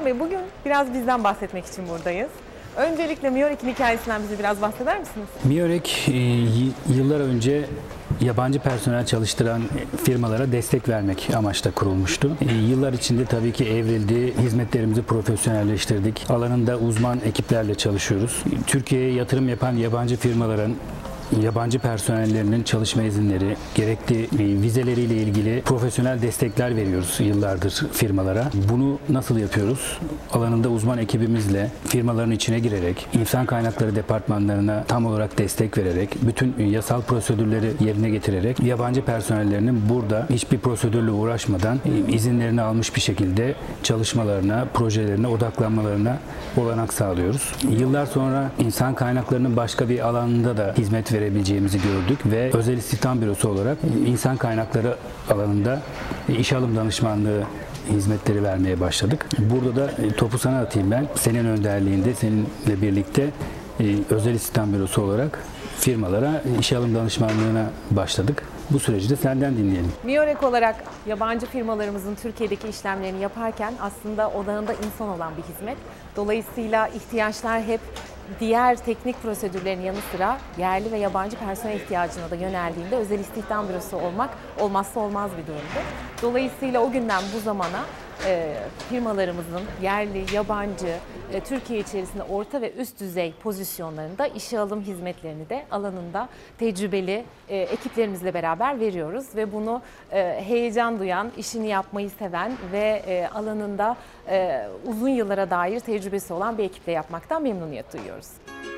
Bey, bugün biraz bizden bahsetmek için buradayız. Öncelikle Miorek'in hikayesinden bize biraz bahseder misiniz? Miorek yıllar önce yabancı personel çalıştıran firmalara destek vermek amaçla kurulmuştu. Yıllar içinde tabii ki evrildi, hizmetlerimizi profesyonelleştirdik. Alanında uzman ekiplerle çalışıyoruz. Türkiye'ye yatırım yapan yabancı firmaların yabancı personellerinin çalışma izinleri, gerekli vizeleriyle ilgili profesyonel destekler veriyoruz yıllardır firmalara. Bunu nasıl yapıyoruz? Alanında uzman ekibimizle firmaların içine girerek, insan kaynakları departmanlarına tam olarak destek vererek, bütün yasal prosedürleri yerine getirerek yabancı personellerinin burada hiçbir prosedürle uğraşmadan izinlerini almış bir şekilde çalışmalarına, projelerine odaklanmalarına olanak sağlıyoruz. Yıllar sonra insan kaynaklarının başka bir alanında da hizmet verebileceğimizi gördük ve özel istihdam bürosu olarak insan kaynakları alanında iş alım danışmanlığı hizmetleri vermeye başladık. Burada da topu sana atayım ben. Senin önderliğinde, seninle birlikte özel istihdam bürosu olarak firmalara iş alım danışmanlığına başladık. Bu süreci de senden dinleyelim. Miorek olarak yabancı firmalarımızın Türkiye'deki işlemlerini yaparken aslında odağında insan olan bir hizmet. Dolayısıyla ihtiyaçlar hep diğer teknik prosedürlerin yanı sıra yerli ve yabancı personel ihtiyacına da yöneldiğinde özel istihdam bürosu olmak olmazsa olmaz bir durumdu. Dolayısıyla o günden bu zamana firmalarımızın yerli, yabancı, Türkiye içerisinde orta ve üst düzey pozisyonlarında işe alım hizmetlerini de alanında tecrübeli ekiplerimizle beraber veriyoruz ve bunu heyecan duyan, işini yapmayı seven ve alanında uzun yıllara dair tecrübesi olan bir ekiple yapmaktan memnuniyet duyuyoruz.